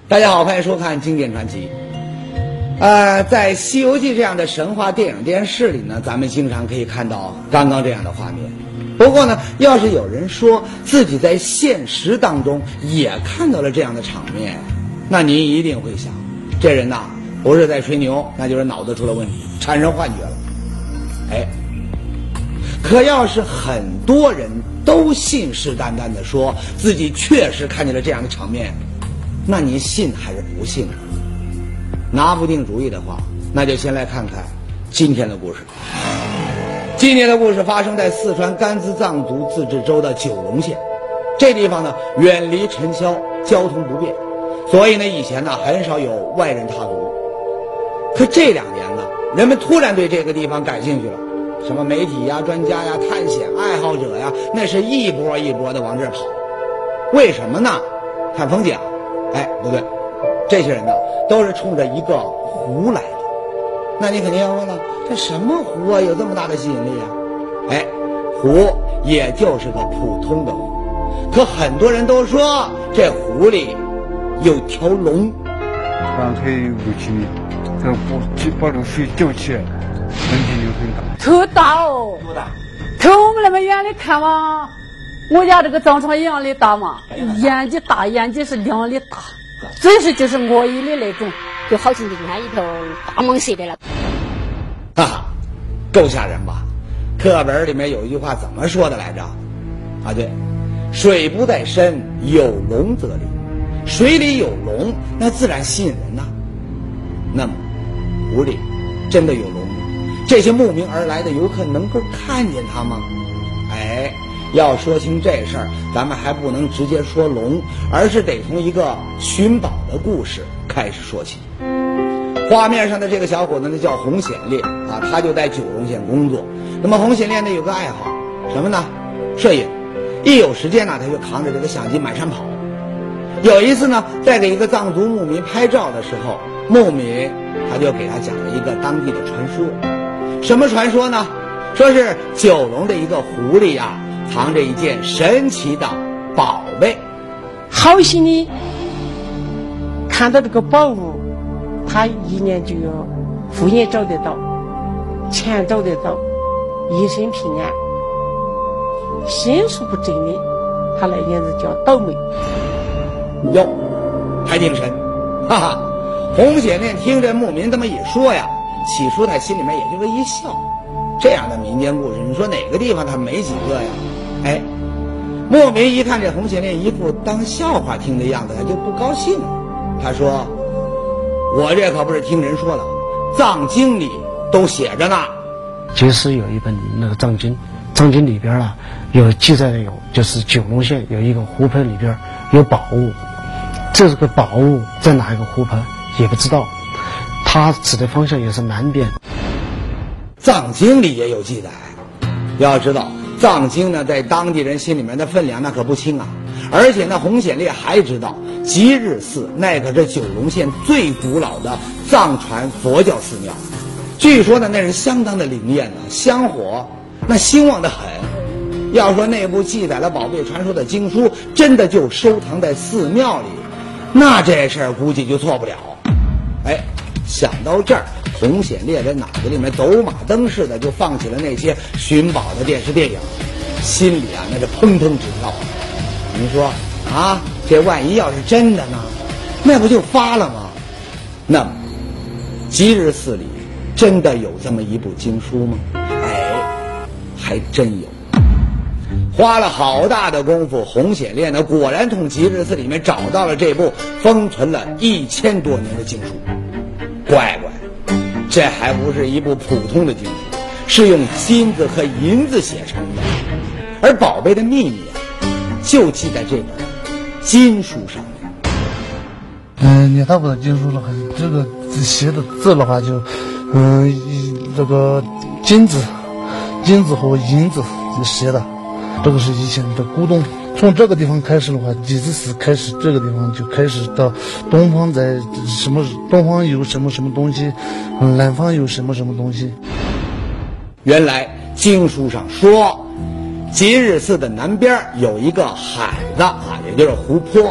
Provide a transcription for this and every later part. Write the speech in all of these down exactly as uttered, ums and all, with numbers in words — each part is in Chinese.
大家好，欢迎收看经典传奇。呃，在《西游记》这样的神话电影电视里呢，咱们经常可以看到刚刚这样的画面。不过呢，要是有人说自己在现实当中也看到了这样的场面，那您一定会想，这人呐不是在吹牛，那就是脑子出了问题，产生幻觉了。哎，可要是很多人都信誓旦旦地说自己确实看见了这样的场面，那您信还是不信呢？拿不定主意的话，那就先来看看今天的故事。今天的故事发生在四川甘孜藏族自治州的九龙县。这地方呢远离尘嚣，交通不便，所以呢以前呢很少有外人踏足。可这两年呢，人们突然对这个地方感兴趣了，什么媒体呀、专家呀、探险爱好者呀，那是一波一波的往这儿跑。为什么呢？看风景？哎，不对，这些人呢都是冲着一个湖来的。那你肯定要问了，这什么湖啊，有这么大的吸引力啊？哎，湖也就是个普通的湖，可很多人都说这湖里有条龙。 刚才有个几米，这把把这个水搅起来，问题就很大。 特大哦！ 多大？ 从我们那么远的看嘛，我家这个张床一样的大嘛，眼睛大，眼睛是两的大，真是就是我一的那种， 就好像就像一条大蟒蛇的了。 哈哈，够吓人吧？课本里面有一句话怎么说的来着？啊，对，水不在深，有龙则灵。水里有龙，那自然吸引人呐、啊。那么，湖里真的有龙吗？这些慕名而来的游客能够看见它吗？哎，要说清这事儿，咱们还不能直接说龙，而是得从一个寻宝的故事开始说起。画面上的这个小伙子呢叫洪显烈啊，他就在九龙县工作。那么洪显烈呢有个爱好，什么呢？摄影。一有时间呢，他就扛着这个相机满山跑。有一次呢，在给一个藏族牧民拍照的时候，牧民他就给他讲了一个当地的传说。什么传说呢？说是九龙的一个湖里啊，藏着一件神奇的宝贝。 好心的看到这个宝物，他一年就要副业找得到，钱找得到，一生平安。心术不正的，他那年子叫倒霉。 哟，还挺神，哈哈！洪显烈听着牧民这么一说呀，起初他心里面也就是一笑。这样的民间故事，你说哪个地方他没几个呀？哎，牧民一看这洪显烈一副当笑话听的样子，他就不高兴了。他说：“我这可不是听人说的，藏经里都写着呢。” 其实有一本那个藏经，藏经里边啊有记载的有，就是九龙县有一个湖泊里边有宝物。这个宝物在哪一个湖泊也不知道，它指的方向也是南边。 藏经里也有记载，要知道藏经呢在当地人心里面的分量那可不轻啊。而且呢，洪显烈还知道吉日寺那可是九龙县最古老的藏传佛教寺庙，据说呢那是相当的灵验呢，香火那兴旺的很。要说那部记载了宝贝传说的经书真的就收藏在寺庙里，那这事儿估计就错不了。哎，想到这儿，洪显烈的脑子里面走马灯似的就放起了那些寻宝的电视电影，心里啊那是砰砰直跳。你说啊，这万一要是真的呢，那不就发了吗？那么吉日寺里真的有这么一部经书吗？哎，还真有。花了好大的功夫，洪显烈呢果然从吉日寺里面找到了这部封存了一千多年的经书。乖乖，这还不是一部普通的经书，是用金子和银子写成的。而宝贝的秘密啊，就记在这本经书上面。 嗯，你看我的经书的话，这个写的字的话就，嗯，这个金子、金子和银子写的。这个是以前的古董，从这个地方开始的话，吉日寺开始，这个地方就开始到东方在什么，东方有什么什么东西，嗯，南方有什么什么东西。 原来经书上说，吉日寺的南边有一个海子啊，也就是湖泊，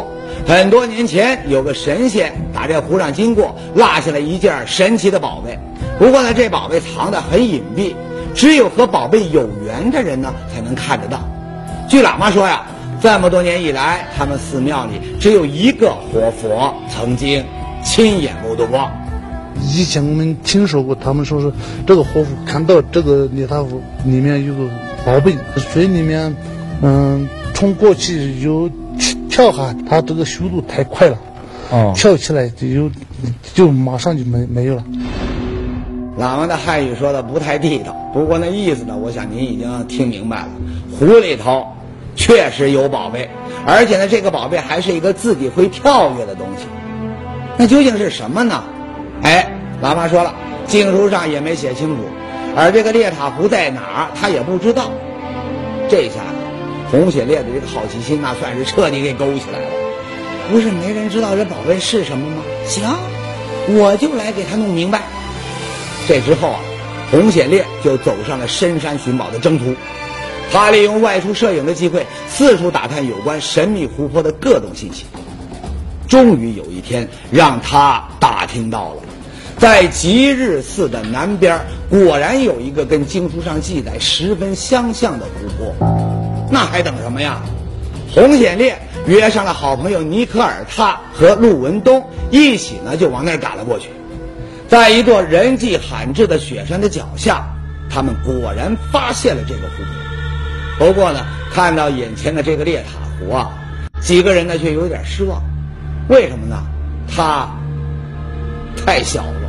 很多年前有个神仙打这湖上经过，落下了一件神奇的宝贝。不过呢，这宝贝藏得很隐蔽，只有和宝贝有缘的人呢才能看得到。据喇嘛说呀，这么多年以来，他们寺庙里只有一个活佛曾经亲眼目睹过。 以前我们听说过，他们说是这个活佛看到这个列塔湖里面有个宝贝，水里面，嗯，冲过去有跳下，他这个速度太快了，哦，跳起来就有，就马上就没没有了。 喇嘛的汉语说的不太地道，不过那意思呢，我想您已经听明白了。湖里头确实有宝贝，而且呢，这个宝贝还是一个自己会跳跃的东西。那究竟是什么呢？哎，喇嘛说了，经书上也没写清楚，而这个列塔湖在哪儿，他也不知道。这下红血烈的这个好奇心，那算是彻底给勾起来了。不是没人知道这宝贝是什么吗？行，我就来给他弄明白。这之后啊，红血烈就走上了深山寻宝的征途。他利用外出摄影的机会，四处打探有关神秘湖泊的各种信息。终于有一天，让他打听到了，在吉日寺的南边，果然有一个跟经书上记载十分相像的湖泊。那还等什么呀？红显烈约上了好朋友尼科尔塔和陆文东，一起呢就往那儿赶了过去。在一座人迹罕至的雪山的脚下，他们果然发现了这个湖泊。不过呢，看到眼前的这个列塔湖啊，几个人呢却有点失望。为什么呢？它太小了。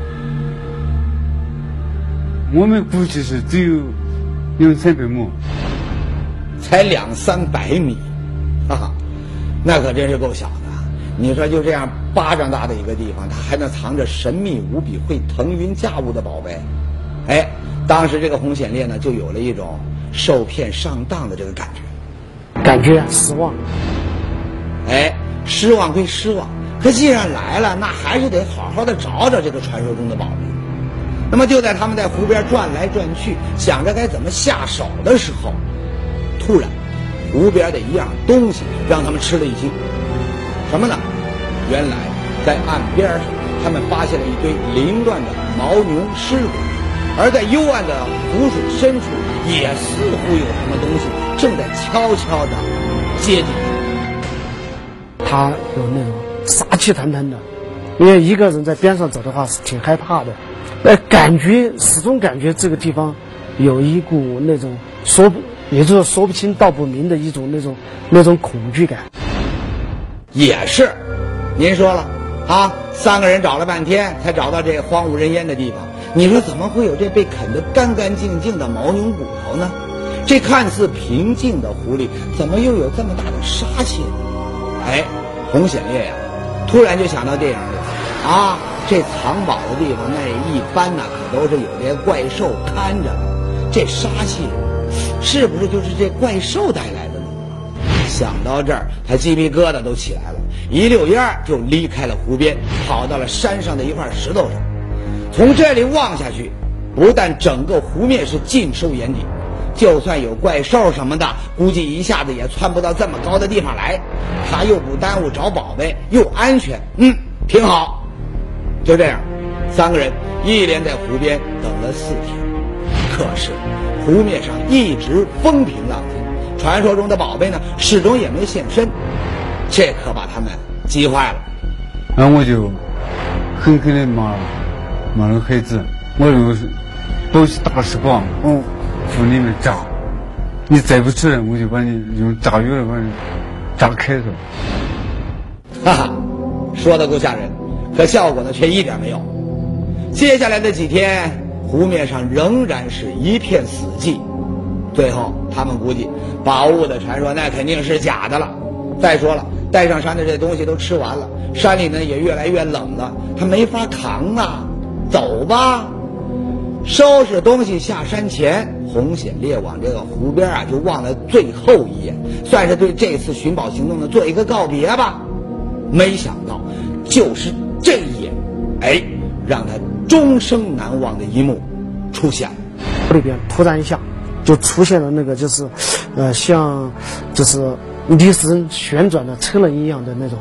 我们估计是只有两三百亩， 才两三百米，哈哈，那可真是够小的。你说就这样巴掌大的一个地方，它还能藏着神秘无比、会腾云驾雾的宝贝？哎，当时这个红显烈呢，就有了一种受骗上当的这个感觉， 感觉失望。 哎。失望归失望，可既然来了，那还是得好好的找找这个传说中的宝贝。那么就在他们在湖边转来转去，想着该怎么下手的时候，突然湖边的一样东西让他们吃了一惊。什么呢？原来在岸边上，他们发现了一堆凌乱的牦牛尸骨，而在幽暗的湖水深处，也似乎有什么东西正在悄悄地接近。 他有那种杀气腾腾的，因为一个人在边上走的话是挺害怕的，呃，感觉始终感觉这个地方有一股那种说不，也就是说不清道不明的一种那种那种恐惧感。 也是，您说了啊，三个人找了半天才找到这荒无人烟的地方，你说怎么会有这被啃得干干净净的牦牛骨头呢？这看似平静的湖里，怎么又有这么大的杀气呢？哎，红显烈呀，突然就想到电影里啊，这藏宝的地方那一般呢，可都是有这怪兽看着的，这杀气是不是就是这怪兽带来的呢？想到这儿，他鸡皮疙瘩都起来了，一溜烟儿就离开了湖边，跑到了山上的一块石头上。从这里望下去，不但整个湖面是尽收眼底，就算有怪兽什么的，估计一下子也窜不到这么高的地方来。他又不耽误找宝贝，又安全，嗯，挺好。就这样，三个人一连在湖边等了四天，可是湖面上一直风平浪静，传说中的宝贝呢，始终也没现身，这可把他们急坏了。 然后我就狠狠地骂骂那个孩子，我认为是都是大石棒，嗯，往里面炸，你再不承认，我就把你用炸药把你炸开了。 哈哈，说的够吓人，可效果呢却一点没有。接下来的几天，湖面上仍然是一片死寂。最后，他们估计宝物的传说那肯定是假的了。再说了，带上山的这东西都吃完了，山里呢也越来越冷了，他没法扛啊，走吧。收拾东西下山前，红显烈往这个湖边啊就望了最后一眼，算是对这次寻宝行动呢做一个告别吧。没想到，就是这一眼，哎，让他终生难忘的一幕出现了。 里边突然一下就出现了那个就是，呃，像就是离身旋转的车轮一样的那种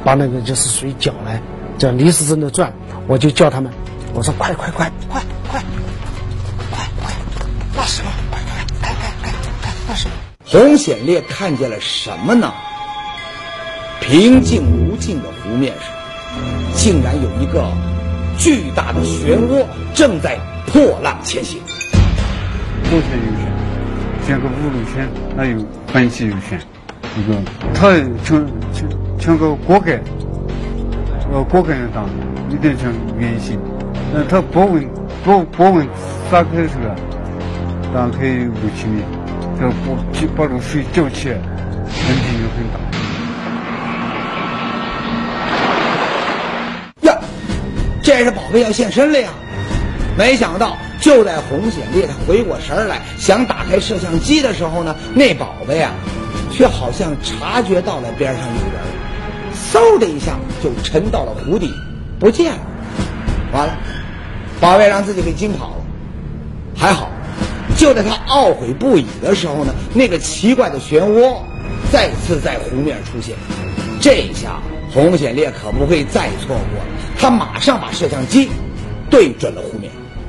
把那个就是水搅来，这样逆时针的转，我就叫他们，我说快快快快快快快，那什么，快快快快快快，那什么。 洪显烈看见了什么呢？平静无尽的湖面上，竟然有一个巨大的漩涡正在破浪前行。 左旋右旋，像个五路线，还有反起右旋，一个它像像像个锅盖，呃锅盖一样，有点像圆形。那它波纹波波纹撒开的时候，大概有六七米，这波把这个水搅起来，问题又很大。 呀，这是宝贝要现身了呀！没想到，就在洪显烈他回过神来想打开摄像机的时候呢，那宝贝啊，却好像察觉到了边上有人，嗖的一下就沉到了湖底，不见了。完了，宝贝让自己给惊跑了。还好，就在他懊悔不已的时候呢，那个奇怪的漩涡再次在湖面出现。这一下，洪显烈可不会再错过了。他马上把摄像机对准了湖面。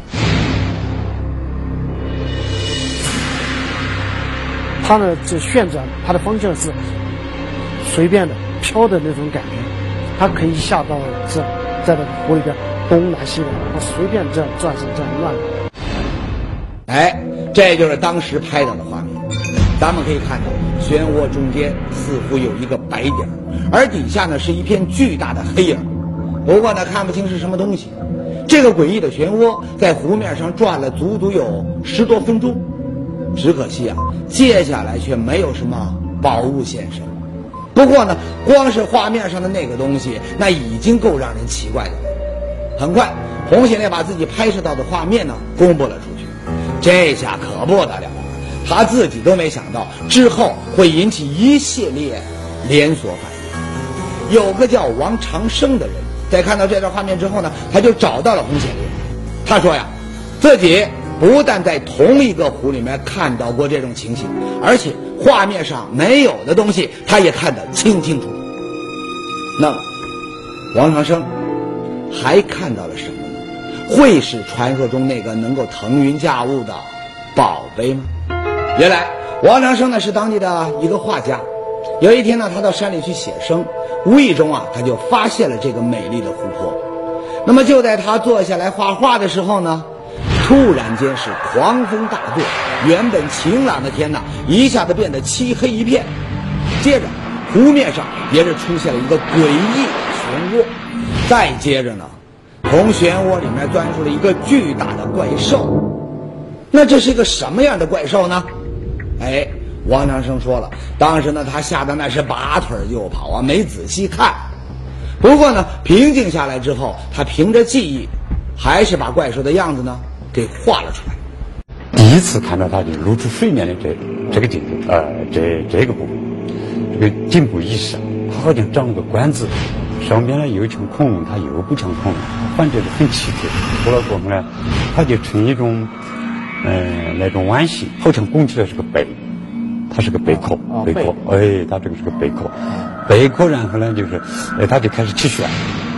它呢，这旋转，它的方向是随便的飘的那种感觉，它可以下到这，在这个湖里边东南西北，它随便这样转成这样乱的。 哎，这就是当时拍到的画面。咱们可以看到，漩涡中间似乎有一个白点，而底下呢是一片巨大的黑影。不过呢，看不清是什么东西。这个诡异的漩涡在湖面上转了足足有十多分钟。只可惜啊，接下来却没有什么宝物现身。不过呢，光是画面上的那个东西，那已经够让人奇怪的了。很快，洪显烈把自己拍摄到的画面呢公布了出去，这下可不得了了，他自己都没想到之后会引起一系列连锁反应。有个叫王长生的人，在看到这段画面之后呢，他就找到了洪显烈。他说呀，自己不但在同一个湖里面看到过这种情形，而且画面上没有的东西他也看得清清楚楚。那么王长生还看到了什么呢？会是传说中那个能够腾云驾雾的宝贝吗？原来王长生呢是当地的一个画家。有一天呢，他到山里去写生，无意中啊他就发现了这个美丽的湖泊。那么就在他坐下来画画的时候呢，突然间是狂风大作，原本晴朗的天呐，一下子变得漆黑一片。接着湖面上也是出现了一个诡异的漩涡，再接着呢，从漩涡里面钻出了一个巨大的怪兽。那这是一个什么样的怪兽呢？哎，王长生说了，当时呢他吓得那是拔腿就跑啊，没仔细看。不过呢，平静下来之后，他凭着记忆还是把怪兽的样子呢给画了出来。 第一次看到它就露出水面的这这个镜头，呃，这这个部分，这个颈部以上，它好像长了个冠子，上边呢又像恐龙，它又不像恐龙，反正是很奇特。后来过后呢，它就呈一种，呃，那种弯形，好像拱起来是个背，它是个贝壳，贝壳，哎，它这个是个贝壳，贝壳，然后呢就是，哎，它就开始起旋。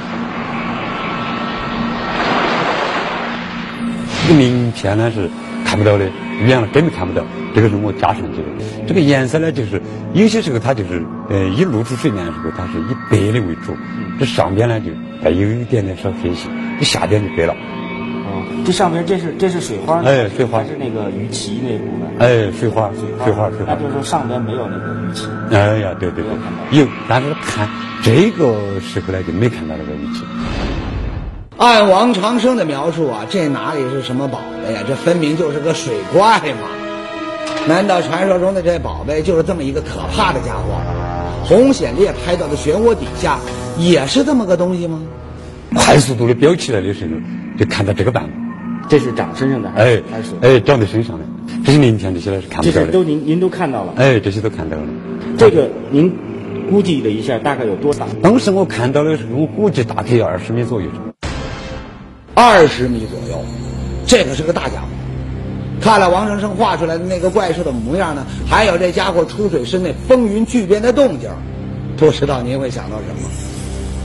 这个名片呢是看不到的，原来根本看不到，这个是我加上去的。这个颜色呢，就是有些时候它就是呃一露出水面的时候，它是以白的为主，这上边呢就带有一点点小黑色，这下边就白了。 哦，这上面这是这是水花， 哎，水花是那个鱼鳍那部分。 哎，水花，水花，水花。 那就是说上边没有那个鱼鳍。 哎呀，对对对，有，但是看这个时候呢就没看到那个鱼鳍。 按王长生的描述啊，这哪里是什么宝贝呀？这分明就是个水怪嘛！难道传说中的这宝贝就是这么一个可怕的家伙？洪显烈拍到的漩涡底下也是这么个东西吗？ 快速度的飙起来的时候，就看到这个版本。 这是长身上的还是还是哎，长在身上的，这些鳞片这些呢是看不到的。 这些都您您都看到了？ 哎，这些都看到了。 这个您估计了一下，大概有多大？ 当时我看到的时候，我估计大概有二十米左右。 二十米左右，这可是个大家伙。看了王长生画出来的那个怪兽的模样呢，还有这家伙出水时那风云巨变的动静，不知道您会想到什么？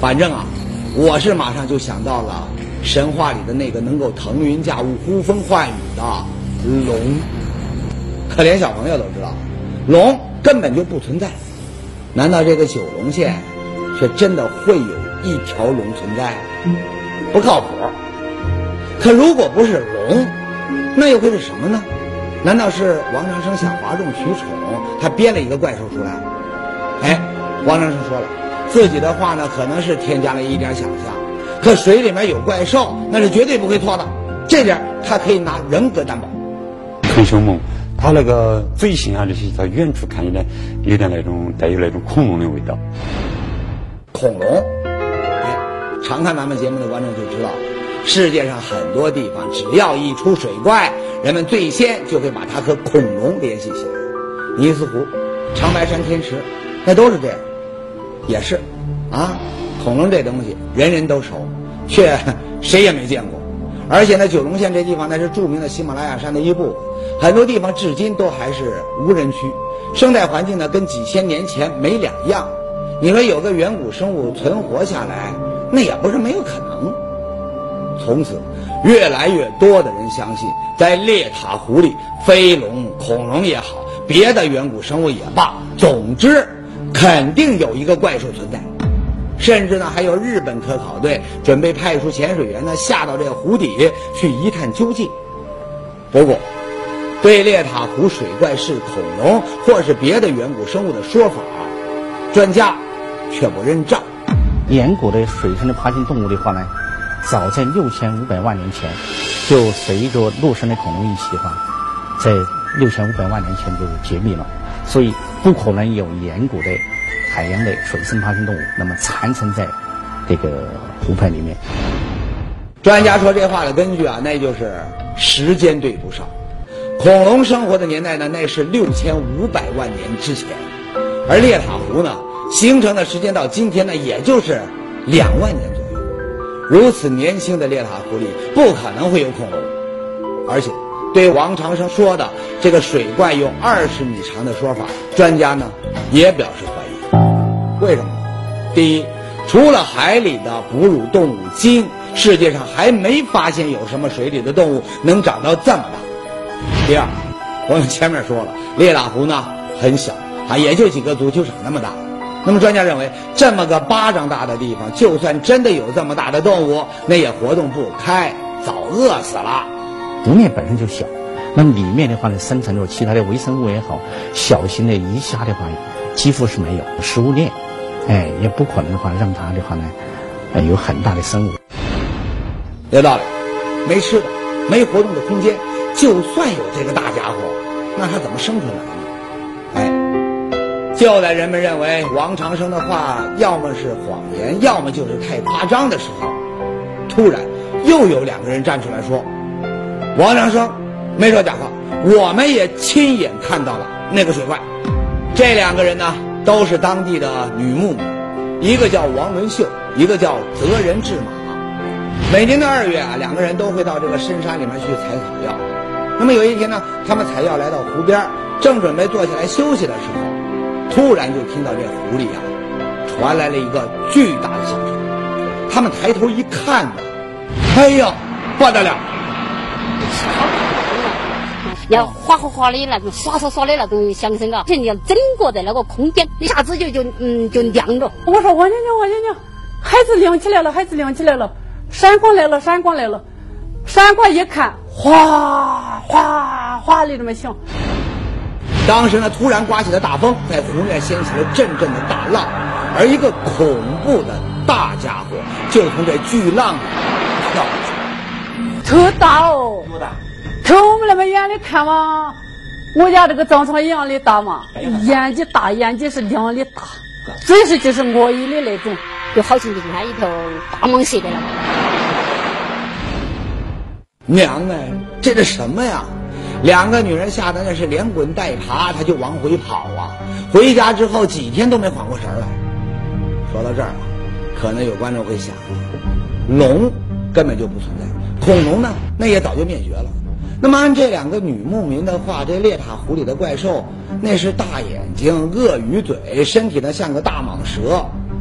反正啊，我是马上就想到了神话里的那个能够腾云驾雾、呼风唤雨的龙。可怜小朋友都知道，龙根本就不存在。难道这个九龙县却真的会有一条龙存在？不靠谱。可如果不是龙，那又会是什么呢？难道是王长生想哗众取宠，他编了一个怪兽出来？哎，王长生说了，自己的话呢可能是添加了一点想象，可水里面有怪兽，那是绝对不会错的，这点他可以拿人格担保。 很凶猛，他那个嘴型啊这些，在远处看有点有点那种带有那种恐龙的味道。 恐龙，哎，常看咱们节目的观众就知道，世界上很多地方只要一出水怪，人们最先就会把它和恐龙联系起来。尼斯湖、长白山天池，那都是这样。也是啊，恐龙这东西人人都熟，却谁也没见过。而且呢，九龙县这地方那是著名的喜马拉雅山的一部分，很多地方至今都还是无人区，生态环境呢跟几千年前没两样。你说有个远古生物存活下来，那也不是没有可能。从此越来越多的人相信，在列塔湖里，飞龙、恐龙也好，别的远古生物也罢，总之肯定有一个怪兽存在。甚至呢，还有日本科考队准备派出潜水员呢下到这个湖底去一探究竟。不过对列塔湖水怪是恐龙或是别的远古生物的说法，专家却不认账。 远古的水生的爬行动物的话呢，早在六千五百万年前就随着陆生的恐龙一起的话，在六千五百万年前就绝灭了，所以不可能有远古的海洋的水生爬行动物那么残存在这个湖泊里面。 专家说这话的根据啊，那就是时间对不上。恐龙生活的年代呢，那是六千五百万年之前，而列塔湖呢形成的时间到今天呢，也就是两万年左右。如此年轻的列塔湖里不可能会有恐龙。而且对王长生说的这个水怪有二十米长的说法，专家呢也表示怀疑。为什么呢？第一，除了海里的哺乳动物鲸，世界上还没发现有什么水里的动物能长到这么大。第二，我们前面说了，列塔湖呢很小啊，也就几个足球场那么大。那么专家认为，这么个巴掌大的地方，就算真的有这么大的动物，那也活动不开，早饿死了。 湖面本身就小，那么里面的话呢，生成着其他的微生物也好，小型的鱼虾的话几乎是没有，食物链哎也不可能的话让它的话呢呃有很大的生物。 有道理，没吃的，没活动的空间，就算有这个大家伙，那它怎么生存来呢？哎，就在人们认为王长生的话要么是谎言，要么就是太夸张的时候，突然又有两个人站出来说，王长生没说假话，我们也亲眼看到了那个水怪。这两个人呢都是当地的女牧民，一个叫王伦秀，一个叫泽人志马。每年的二月啊，两个人都会到这个深山里面去采草药。那么有一天呢，他们采药来到湖边，正准备坐下来休息的时候，突然就听到这湖里啊传来了一个巨大的响声。他们抬头一看呢，哎呀，不得了！ 要哗哗哗的那种刷刷刷的那种响声啊，人家整个在那个空间一下子就就嗯就亮了。 我说我娘娘我娘娘，孩子亮起来了，孩子亮起来了，闪光来了，闪光来了，闪光一看，哗哗哗的这么响。 当时呢，突然刮起了大风，在湖面掀起了阵阵的大浪，而一个恐怖的大家伙就从这巨浪里跳出来，特大哦， 多大？ 跟我们那么远的看嘛，我家这个张床一样的大嘛，眼睛大，眼睛是两的大，真是就是鳄鱼的那种， 就好像就是它一条大蟒蛇的了。 娘哎，这是什么呀？两个女人吓得那是连滚带爬，她就往回跑啊！回家之后几天都没缓过神来。说到这儿啊，可能有观众会想，龙根本就不存在，恐龙呢，那也早就灭绝了。那么按这两个女牧民的话，这列塔湖里的怪兽那是大眼睛、鳄鱼嘴，身体呢像个大蟒蛇。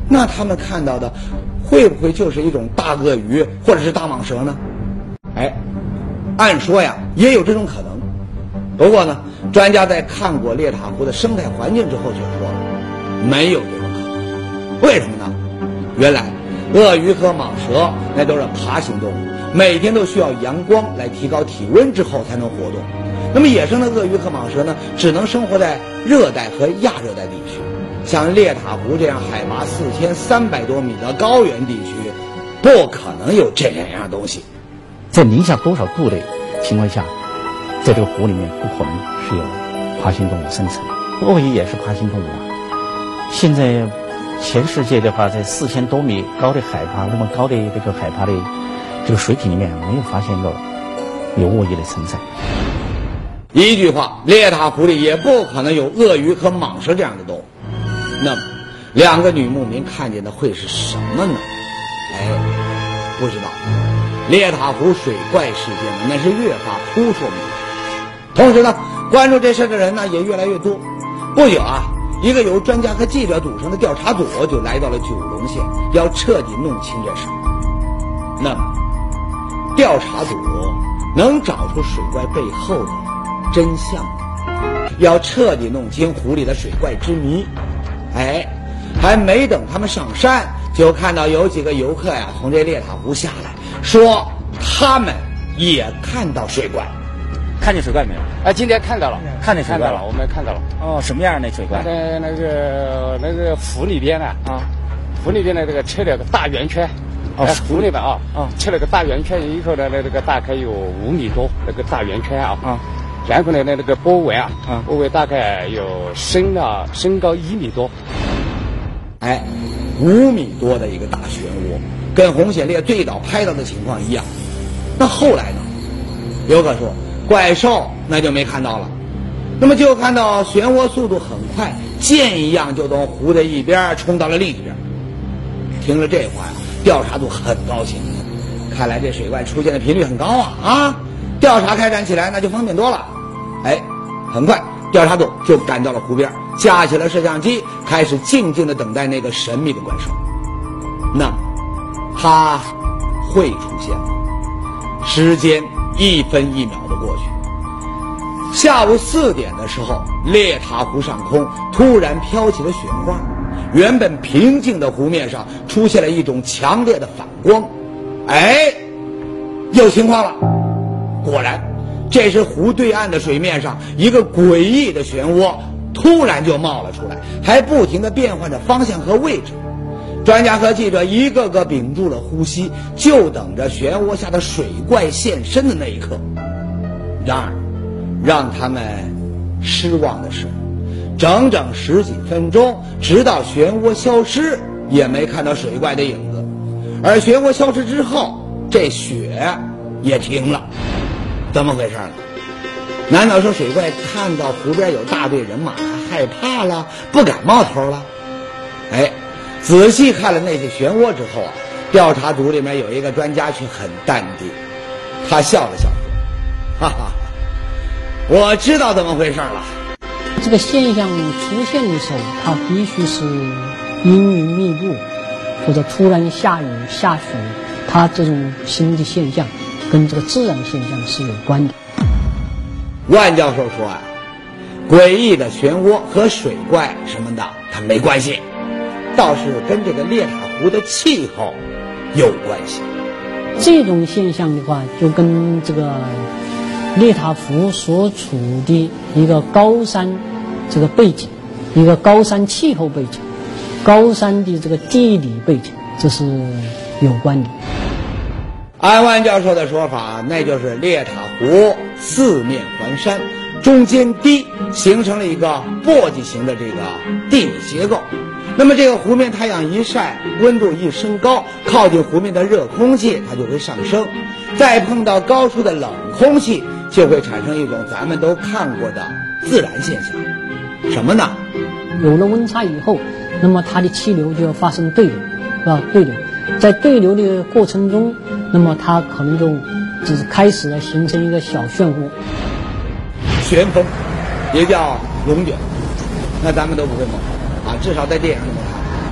那他们看到的会不会就是一种大鳄鱼或者是大蟒蛇呢？哎，按说呀也有这种可能。不过呢，专家在看过列塔湖的生态环境之后却说了，没有这种可能。为什么呢？原来鳄鱼和蟒蛇那都是爬行动物，每天都需要阳光来提高体温之后才能活动。那么野生的鳄鱼和蟒蛇呢，只能生活在热带和亚热带地区。像列塔湖这样海拔四千三百多米的高原地区，不可能有这两样东西。 在零下多少度的情况下，在这个湖里面不可能是有爬行动物生存。鳄鱼也是爬行动物啊。现在全世界的话，在四千多米高的海拔，那么高的这个海拔的这个水体里面，没有发现到有鳄鱼的存在。 一句话，列塔湖里也不可能有鳄鱼和蟒蛇这样的动物。那么，两个女牧民看见的会是什么呢？哎，不知道。列塔湖水怪事件呢，那是越发扑朔迷离。同时呢，关注这事的人呢也越来越多。不久啊，一个由专家和记者组成的调查组就来到了九龙县，要彻底弄清这事。那么，调查组能找出水怪背后的真相吗？要彻底弄清湖里的水怪之谜。哎，还没等他们上山，就看到有几个游客呀从这列塔湖下来，说他们也看到水怪。 看见水怪没有？ 啊，今天看到了， 看见水怪了， 我们看到了。 哦，什么样的水怪？ 在那个那个湖里边呢，啊，湖里边的这个切了个大圆圈。 哦， 湖里边啊， 啊， 切了个大圆圈以后呢，那这个大概有五米多，那个大圆圈啊， 啊。 然后呢，那那个波纹啊， 嗯， 波纹大概有深了身高一米多， 哎，五米多的一个大漩涡，跟红显烈最早拍到的情况一样。那后来呢？游客说，怪兽那就没看到了，那么就看到漩涡速度很快，箭一样就从湖的一边冲到了另一边。听了这话呀，调查组很高兴，看来这水怪出现的频率很高啊啊！调查开展起来那就方便多了。哎，很快调查组就赶到了湖边，架起了摄像机，开始静静地等待那个神秘的怪兽。那么它会出现吗？时间一分一秒地过去，下午四点的时候，列塔湖上空突然飘起了雪花，原本平静的湖面上出现了一种强烈的反光。哎，有情况了！果然，这时湖对岸的水面上，一个诡异的漩涡突然就冒了出来，还不停地变换着方向和位置。专家和记者一个个屏住了呼吸，就等着漩涡下的水怪现身的那一刻。然而，让他们失望的是，整整十几分钟，直到漩涡消失，也没看到水怪的影子。而漩涡消失之后，这雪也停了。怎么回事呢？难道说水怪看到湖边有大队人马，害怕了，不敢冒头了？哎，仔细看了那些漩涡之后啊，调查组里面有一个专家却很淡定，他笑了笑说：“哈哈，我知道怎么回事了。” 这个现象出现的时候，它必须是阴云密布，或者突然下雨下雪，它这种新的现象跟这个自然现象是有关的。 万教授说啊，诡异的漩涡和水怪什么的它没关系，倒是跟这个列塔湖的气候有关系。 这种现象的话，就跟这个列塔湖所处的一个高山这个背景，一个高山气候背景，高山的这个地理背景，这是有关的。 按万教授的说法，那就是列塔湖四面环山，中间低，形成了一个簸箕形的这个地理结构。那么这个湖面太阳一晒，温度一升高，靠近湖面的热空气它就会上升，再碰到高处的冷空气，就会产生一种咱们都看过的自然现象。什么呢？ 有了温差以后，那么它的气流就要发生对流，是吧？对流，在对流的过程中，那么它可能就只是开始了形成一个小漩涡。 旋风也叫龙卷，那咱们都不会弄啊，至少在电影里面看。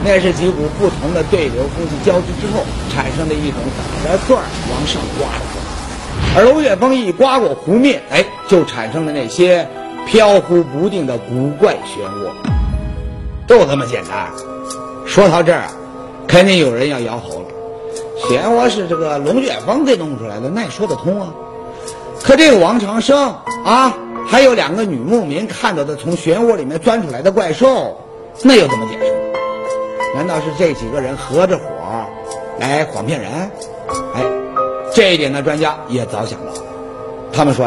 那是几股不同的对流空气交织之后产生的一种打着钻往上刮的风。而龙卷风一刮过湖面，哎，就产生了那些飘忽不定的古怪漩涡。就这么简单。说到这儿，肯定有人要摇头了。漩涡是这个龙卷风给弄出来的，那也说得通啊。可这个王长生啊，还有两个女牧民看到的从漩涡里面钻出来的怪兽，那又怎么解释呢？难道是这几个人合着伙来谎骗人？哎，这一点呢，专家也早想到了。他们说